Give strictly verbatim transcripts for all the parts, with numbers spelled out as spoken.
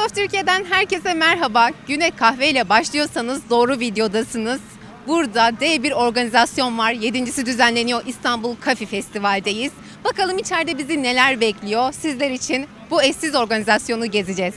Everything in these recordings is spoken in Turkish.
of Türkiye'den herkese merhaba. Güne kahveyle başlıyorsanız doğru videodasınız. Burada dev bir organizasyon var. Yedincisi düzenleniyor. İstanbul Coffee Festival'deyiz. Bakalım içeride bizi neler bekliyor. Sizler için bu eşsiz organizasyonu gezeceğiz.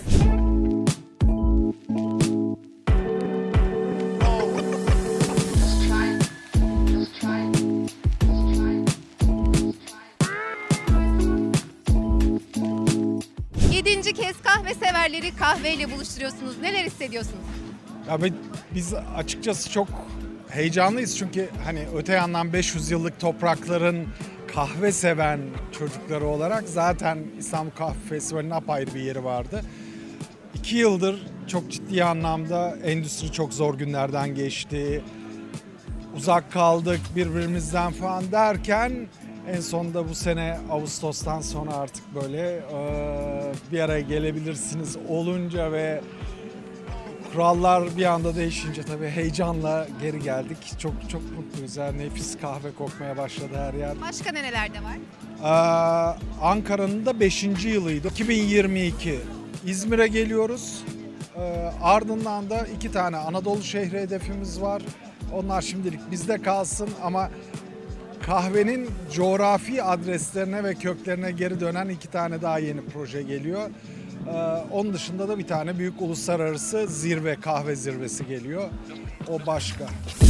Yedinci kez kahve severleri kahveyle buluşturuyorsunuz. Neler hissediyorsunuz? Ya biz açıkçası çok heyecanlıyız çünkü hani öte yandan beş yüz yıllık toprakların kahve seven çocukları olarak zaten İstanbul Kahve Festivali'nin apayrı bir yeri vardı. İki yıldır çok ciddi anlamda endüstri çok zor günlerden geçti. Uzak kaldık birbirimizden falan derken en sonunda bu sene Ağustos'tan sonra artık böyle bir araya gelebilirsiniz olunca ve kurallar bir anda değişince tabii heyecanla geri geldik. Çok çok mutluyuz. Yani nefis kahve kokmaya başladı her yer. Başka nerelerde var? Ee, Ankara'nın da beşinci yılıydı. iki bin yirmi iki İzmir'e geliyoruz. Ee, ardından da iki tane Anadolu şehri hedefimiz var. Onlar şimdilik bizde kalsın ama kahvenin coğrafi adreslerine ve köklerine geri dönen iki tane daha yeni proje geliyor. Ee, onun dışında da bir tane büyük uluslararası zirve, kahve zirvesi geliyor. O başka.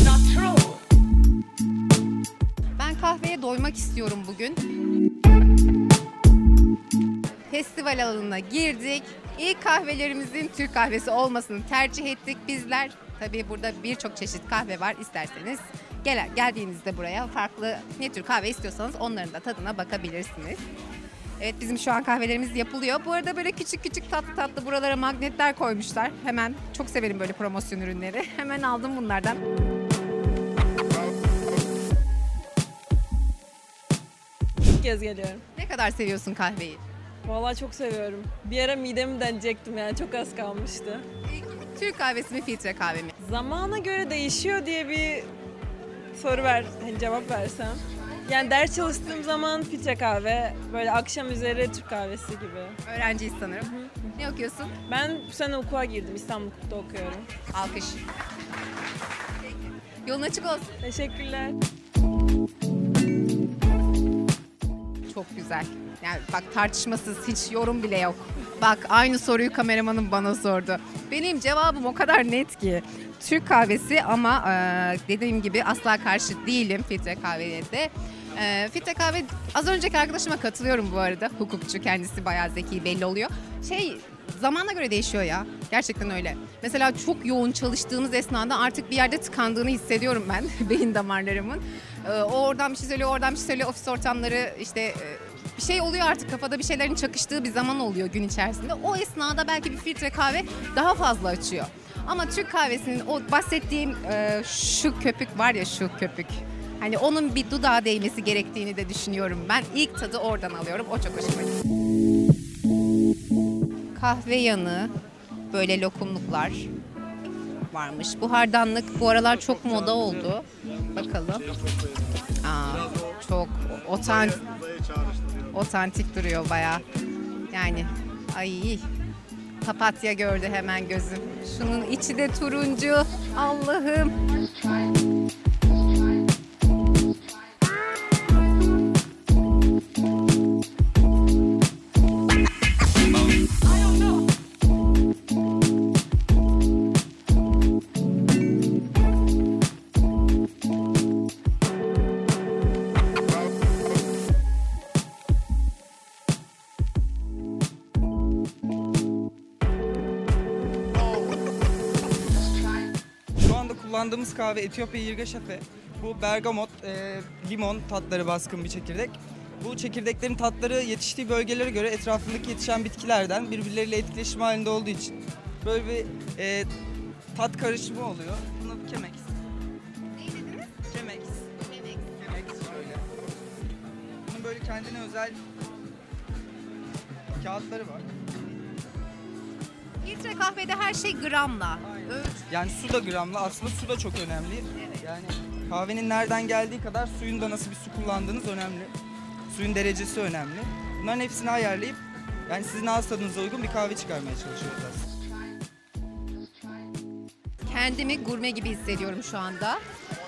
Ben kahveye doymak istiyorum bugün. Festival alanına girdik. İlk kahvelerimizin Türk kahvesi olmasını tercih ettik bizler. Tabii burada birçok çeşit kahve var. İsterseniz gel, geldiğinizde buraya farklı ne tür kahve istiyorsanız onların da tadına bakabilirsiniz. Evet, bizim şu an kahvelerimiz yapılıyor. Bu arada böyle küçük küçük tatlı tatlı buralara magnetler koymuşlar. Hemen çok severim böyle promosyon ürünleri. Hemen aldım bunlardan. İlk kez geliyorum. Ne kadar seviyorsun kahveyi? Vallahi çok seviyorum. Bir ara midemi deneyecektim yani çok az kalmıştı. İlk Türk kahvesi mi, filtre kahve mi? Zamana göre değişiyor diye bir soru ver, hani cevap versem. Yani ders çalıştığım zaman filtre kahve, böyle akşam üzeri Türk kahvesi gibi. Öğrenciyiz sanırım. Hı hı. Ne okuyorsun? Ben bu sene hukuka girdim, İstanbul Hukuk'ta okuyorum. Alkış. Yolun açık olsun. Teşekkürler. Çok güzel. Yani bak, tartışmasız, hiç yorum bile yok. Bak, aynı soruyu kameramanım bana sordu. Benim cevabım o kadar net ki. Türk kahvesi ama e, dediğim gibi asla karşı değilim filtre kahveye de. E, filtre kahve, az önceki arkadaşıma katılıyorum bu arada. Hukukçu, kendisi bayağı zeki, belli oluyor. Şey, zamana göre değişiyor ya. Gerçekten öyle. Mesela çok yoğun çalıştığımız esnada artık bir yerde tıkandığını hissediyorum ben beyin damarlarımın. E, o oradan bir şey söylüyor, oradan bir şey söylüyor. Ofis ortamları işte... E, bir şey oluyor artık, kafada bir şeylerin çakıştığı bir zaman oluyor gün içerisinde. O esnada belki bir filtre kahve daha fazla açıyor. Ama Türk kahvesinin o bahsettiğim e, şu köpük var ya, şu köpük. Hani onun bir dudağa değmesi gerektiğini de düşünüyorum ben. İlk tadı oradan alıyorum. O çok hoşuma gitti. Kahve yanı, böyle lokumluklar varmış. Buhardanlık bu aralar çok moda oldu. Bakalım. Aa, çok otantik. Otantik duruyor bayağı. Yani ay, papatya gördü hemen gözüm. Şunun içi de turuncu. Allah'ım. Kullandığımız kahve Etiyopya Yirgacheffe. Bu bergamot, e, limon tatları baskın bir çekirdek. Bu çekirdeklerin tatları yetiştiği bölgelere göre etrafındaki yetişen bitkilerden birbirleriyle etkileşim halinde olduğu için böyle bir e, tat karışımı oluyor. Buna bir Chemex. Ne dediniz? Chemex. Chemex şöyle. Bunun böyle kendine özel kağıtları var. Filtre kahvede her şey gramla. Ölç. Yani su da gramla, aslında su da çok önemli. Evet. Yani kahvenin nereden geldiği kadar suyun da nasıl bir su kullandığınız önemli. Suyun derecesi önemli. Bunların hepsini ayarlayıp Yani sizin ağız tadınıza uygun bir kahve çıkarmaya çalışıyoruz aslında. Kendimi gurme gibi hissediyorum şu anda.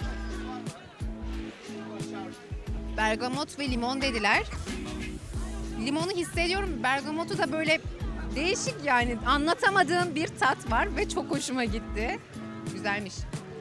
Bergamot ve limon dediler. Limonu hissediyorum. Bergamotu da böyle değişik, yani anlatamadığım bir tat var ve çok hoşuma gitti. Güzelmiş.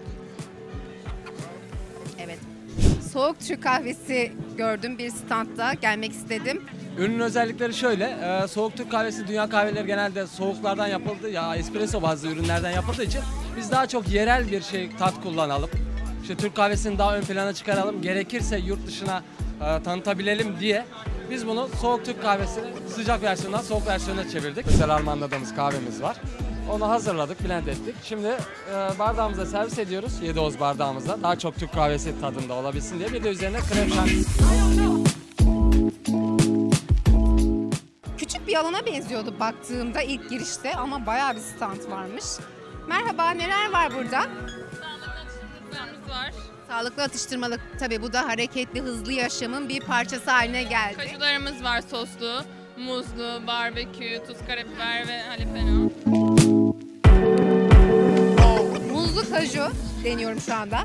Evet. Soğuk Türk kahvesi gördüm bir standta. Gelmek istedim. Ürünün özellikleri şöyle, e, soğuk Türk kahvesi, dünya kahveleri genelde soğuklardan yapıldı ya espresso bazlı ürünlerden yapıldığı için biz daha çok yerel bir şey tat kullanalım. İşte Türk kahvesini daha ön plana çıkaralım, gerekirse yurt dışına e, tanıtabilelim diye biz bunu soğuk Türk kahvesini sıcak versiyondan soğuk versiyona çevirdik. Mesela harmanladığımız kahvemiz var. Onu hazırladık, blend ettik. Şimdi e, bardağımıza servis ediyoruz, yedi oz bardağımıza. Daha çok Türk kahvesi tadında olabilsin diye. Bir de üzerine krem şanti. Küçük bir alana benziyordu baktığımda ilk girişte ama bayağı bir stand varmış. Merhaba, neler var burada? Atıştırmalıklarımız var. Sağlıklı atıştırmalık. Tabii bu da hareketli, hızlı yaşamın bir parçası haline geldi. Kaşularımız var, soslu, muzlu, barbekü, tuz, karabiber ve jalapeno. Muzlu kaju deniyorum şu anda.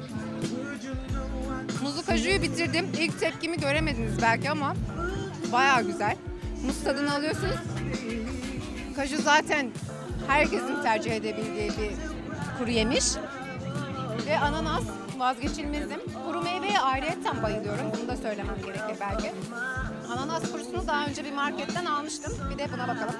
Muzlu kajuyu bitirdim. İlk tepkimi göremediniz belki ama bayağı güzel. Muz tadını alıyorsunuz. Kaju zaten herkesin tercih edebildiği bir kuru yemiş. Ve ananas vazgeçilmezim. Kuru meyveye ayrıyetten bayılıyorum. Bunu da söylemem gerekir belki. Ananas kurusunu daha önce bir marketten almıştım. Bir de buna bakalım.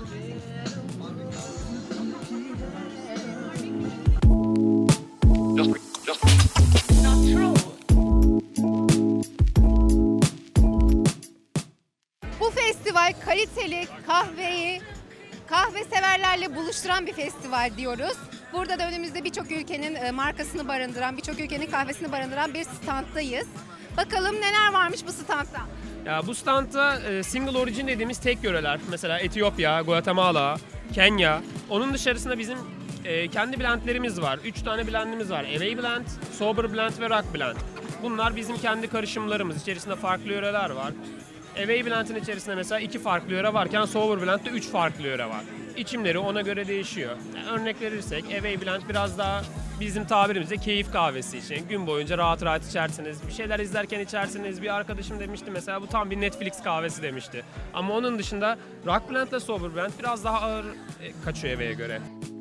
Bu festival kaliteli kahveyi kahve severlerle buluşturan bir festival diyoruz. Burada da önümüzde birçok ülkenin markasını barındıran, birçok ülkenin kahvesini barındıran bir standdayız. Bakalım neler varmış bu standta. Ya bu standta e, single origin dediğimiz tek yöreler. Mesela Etiyopya, Guatemala, Kenya. Onun dışarısında bizim e, kendi blendlerimiz var. Üç tane blendimiz var. Away Blend, Sober Blend ve Rock Blend. Bunlar bizim kendi karışımlarımız. İçerisinde farklı yöreler var. Away Blend'in içerisinde mesela iki farklı yöre varken Sober Blend'de üç farklı yöre var. İçimleri ona göre değişiyor. Yani örnek verirsek Away Blend biraz daha bizim tabirimizde keyif kahvesi için. Gün boyunca rahat rahat içersiniz. Bir şeyler izlerken içersiniz. Bir arkadaşım demişti mesela bu tam bir Netflix kahvesi demişti. Ama onun dışında Rock Blend ile Sober Blend biraz daha ağır kaçıyor Away'e göre.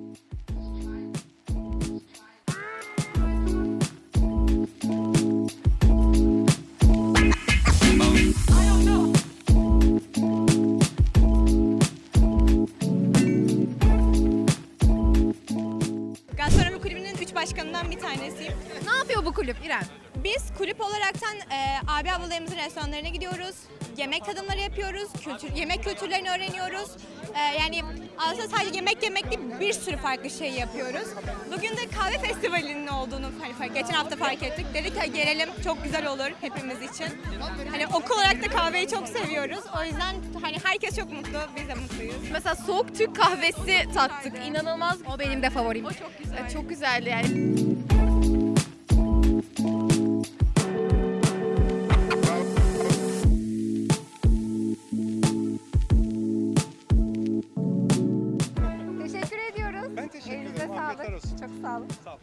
Başkanından bir tanesiyim. Ne yapıyor bu kulüp İrem? Biz kulüp olaraktan e, abi ablalarımızın restoranlarına gidiyoruz. Yemek tadımları yapıyoruz. Kültür, yemek kültürlerini öğreniyoruz. E, yani aslında sadece yemek yemek değil bir sürü farklı şey yapıyoruz. Bugün de kahve festivalinin olduğunu hani geçen hafta fark ettik. Dedik ki gelelim çok güzel olur hepimiz için. Hani okul olarak da kahveyi çok seviyoruz. O yüzden hani herkes çok mutlu. Biz de mutluyuz. Mesela soğuk Türk kahvesi tattık. İnanılmaz. O benim de favorim. O çok güzel. Çok güzeldi yani. Teşekkür ediyoruz. Ben teşekkür Elinize ederim. sağlık. Afiyetler olsun. Çok sağ olun. Sağ ol.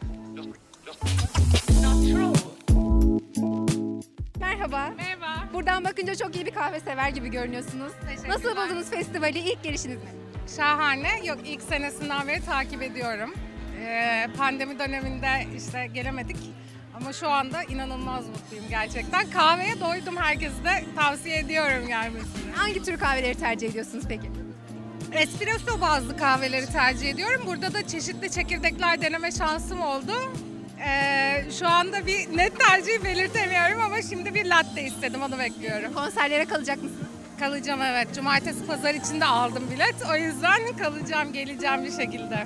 Merhaba. Merhaba. Buradan bakınca çok iyi bir kahve sever gibi görünüyorsunuz. Nasıl buldunuz festivali? İlk gelişiniz mi? Şahane. Yok ilk senesinden beri takip ediyorum. Ee, pandemi döneminde işte gelemedik. Ama şu anda inanılmaz mutluyum gerçekten. Kahveye doydum. Herkese de tavsiye ediyorum gelmesini. Hangi tür kahveleri tercih ediyorsunuz peki? Espresso bazlı kahveleri tercih ediyorum. Burada da çeşitli çekirdekler deneme şansım oldu. Ee, şu anda bir net tercih belirtemiyorum ama şimdi bir latte istedim. Onu bekliyorum. Konserlere kalacak mısınız? Kalacağım evet. Cumartesi pazar için de aldım bilet. O yüzden kalacağım, geleceğim bir şekilde.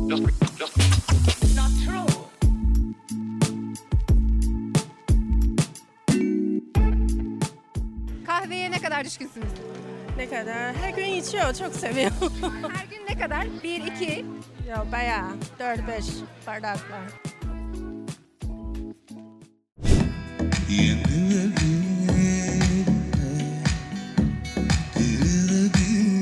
Kahveye ne kadar düşkünsünüz? Ne kadar? Her gün içiyor, çok seviyorum. Her gün ne kadar? Bir, iki. Ya bayağı dört beş bardaklar. Yine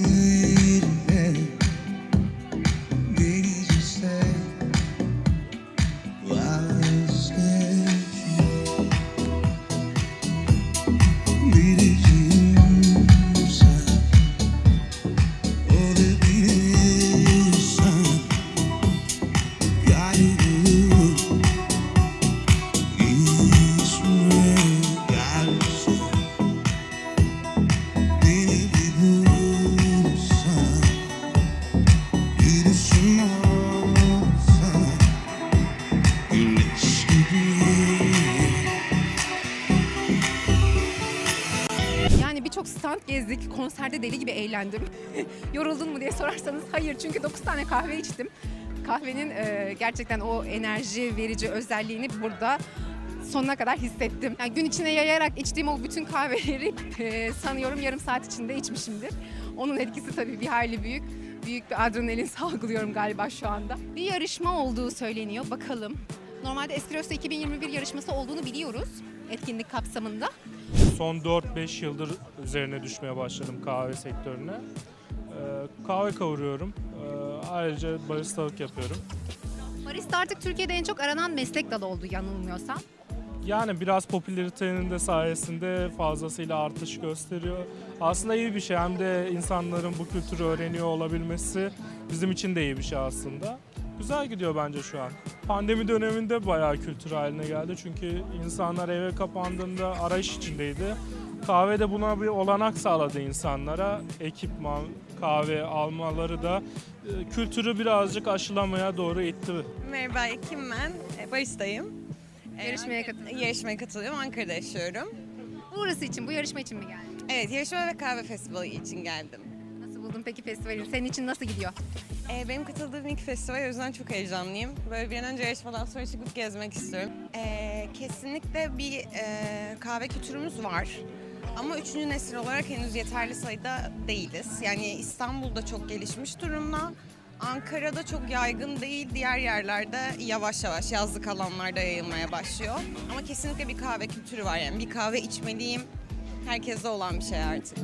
gezdik. Konserde deli gibi eğlendim. Yoruldun mu diye sorarsanız hayır, çünkü dokuz tane kahve içtim. Kahvenin e, gerçekten o enerji verici özelliğini burada sonuna kadar hissettim. Yani gün içine yayarak içtiğim o bütün kahveleri e, sanıyorum yarım saat içinde içmişimdir. Onun etkisi tabii bir hayli büyük. Büyük bir adrenalin salgılıyorum galiba şu anda. Bir yarışma olduğu söyleniyor. Bakalım. Normalde Espresso iki bin yirmi bir yarışması olduğunu biliyoruz etkinlik kapsamında. Son dört beş yıldır üzerine düşmeye başladım kahve sektörüne. Ee, kahve kavuruyorum. Ee, ayrıca baristalık yapıyorum. Barista artık Türkiye'de en çok aranan meslek dalı oldu yanılmıyorsam. Yani biraz popülaritenin de sayesinde fazlasıyla artış gösteriyor. Aslında iyi bir şey. Hem de insanların bu kültürü öğreniyor olabilmesi bizim için de iyi bir şey aslında. Güzel gidiyor bence şu an. Pandemi döneminde bayağı kültür haline geldi. Çünkü insanlar eve kapandığında arayış içindeydi. Kahve de buna bir olanak sağladı insanlara. Ekipman, kahve almaları da e, kültürü birazcık aşılamaya doğru itti. Merhaba, Ekim ben. Baristayım. Yarışmaya katılıyorum. Yarışmaya katılıyorum. Ankara'da yaşıyorum. Burası için, bu yarışma için mi geldin? Evet, yarışma ve kahve festivali için geldim. Nasıl buldun peki festivali? Senin için nasıl gidiyor? Ee, benim katıldığım ilk festival, o yüzden çok heyecanlıyım. Böyle bir an önce yarışmadan sonra çıkıp gezmek istiyorum. Ee, kesinlikle bir e, kahve kültürümüz var. Ama üçüncü nesil olarak henüz yeterli sayıda değiliz. Yani İstanbul'da çok gelişmiş durumda. Ankara'da çok yaygın değil, diğer yerlerde yavaş yavaş yazlık alanlarda yayılmaya başlıyor. Ama kesinlikle bir kahve kültürü var, yani bir kahve içmeliyim, herkeste olan bir şey artık.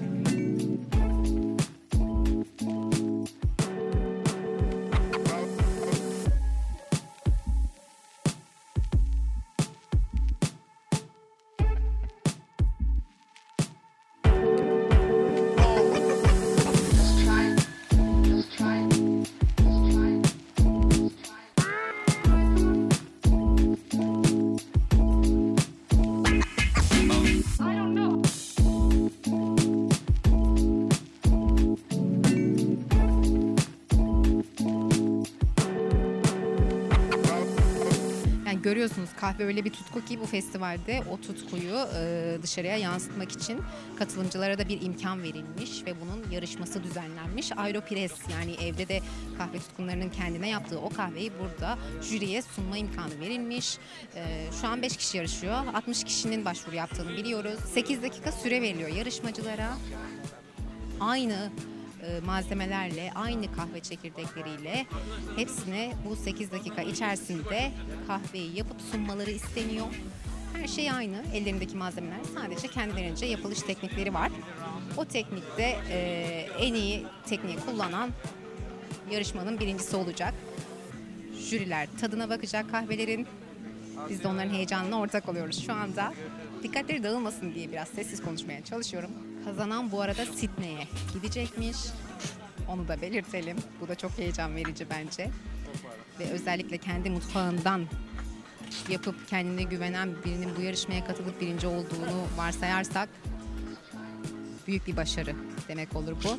Görüyorsunuz kahve öyle bir tutku ki bu festivalde o tutkuyu e, dışarıya yansıtmak için katılımcılara da bir imkan verilmiş ve bunun yarışması düzenlenmiş. Aeropress, yani evde de kahve tutkunlarının kendine yaptığı o kahveyi burada jüriye sunma imkanı verilmiş. E, şu an beş kişi yarışıyor. altmış kişinin başvuru yaptığını biliyoruz. sekiz dakika süre veriliyor yarışmacılara. Aynı malzemelerle, aynı kahve çekirdekleriyle hepsine bu sekiz dakika içerisinde kahveyi yapıp sunmaları isteniyor. Her şey aynı. Ellerindeki malzemeler, sadece kendilerince yapılış teknikleri var. O teknikte e, en iyi tekniği kullanan yarışmanın birincisi olacak. Jüriler tadına bakacak kahvelerin. Biz de onların heyecanına ortak oluyoruz şu anda. Dikkatleri dağılmasın diye biraz sessiz konuşmaya çalışıyorum. Kazanan bu arada Sydney'e gidecekmiş. Onu da belirtelim. Bu da çok heyecan verici bence. Ve özellikle kendi mutfağından yapıp kendine güvenen birinin bu yarışmaya katılıp birinci olduğunu varsayarsak büyük bir başarı demek olur bu.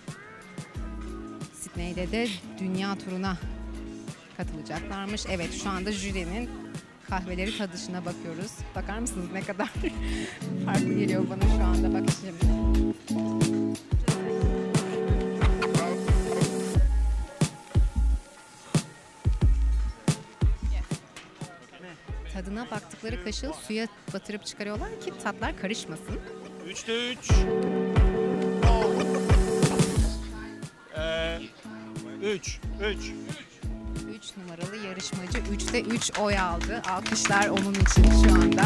Sydney'de de dünya turuna katılacaklarmış. Evet, şu anda jürinin kahveleri tadışına bakıyoruz. Bakar mısınız ne kadar farklı geliyor bana şu anda, bak şimdi. Tadına baktıkları kaşığı suya batırıp çıkarıyorlar ki tatlar karışmasın. Üçte üç. Ee, üç. Üç. üç numaralı yarışmacı üçte üç oy aldı. Alkışlar onun için şu anda.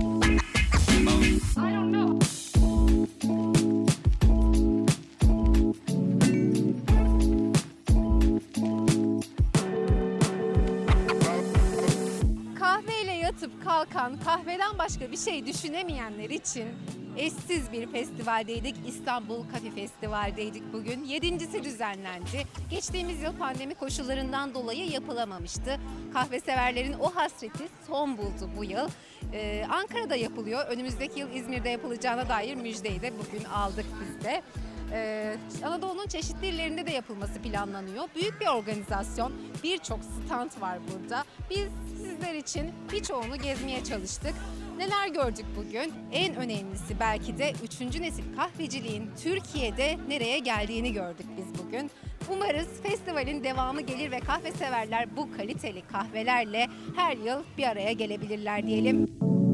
Kahveyle yatıp kalkan, kahveden başka bir şey düşünemeyenler için eşsiz bir festivaldeydik. İstanbul Kafe Festival'deydik bugün. Yedincisi düzenlendi. Geçtiğimiz yıl pandemi koşullarından dolayı yapılamamıştı. Kahve severlerin o hasreti son buldu bu yıl. Ee, Ankara'da yapılıyor. Önümüzdeki yıl İzmir'de yapılacağına dair müjdeyi de bugün aldık biz de. Ee, Anadolu'nun çeşitli illerinde de yapılması planlanıyor. Büyük bir organizasyon. Birçok stand var burada. Biz sizler için birçoğunu gezmeye çalıştık. Neler gördük bugün? En önemlisi belki de üçüncü nesil kahveciliğin Türkiye'de nereye geldiğini gördük biz bugün. Umarız festivalin devamı gelir ve kahve severler bu kaliteli kahvelerle her yıl bir araya gelebilirler diyelim.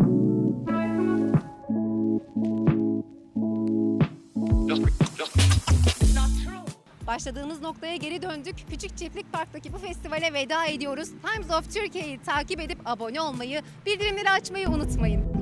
Başladığımız noktaya geri döndük. Küçük Çiftlik Park'taki bu festivale veda ediyoruz. Times of Türkiye'yi takip edip abone olmayı, bildirimleri açmayı unutmayın.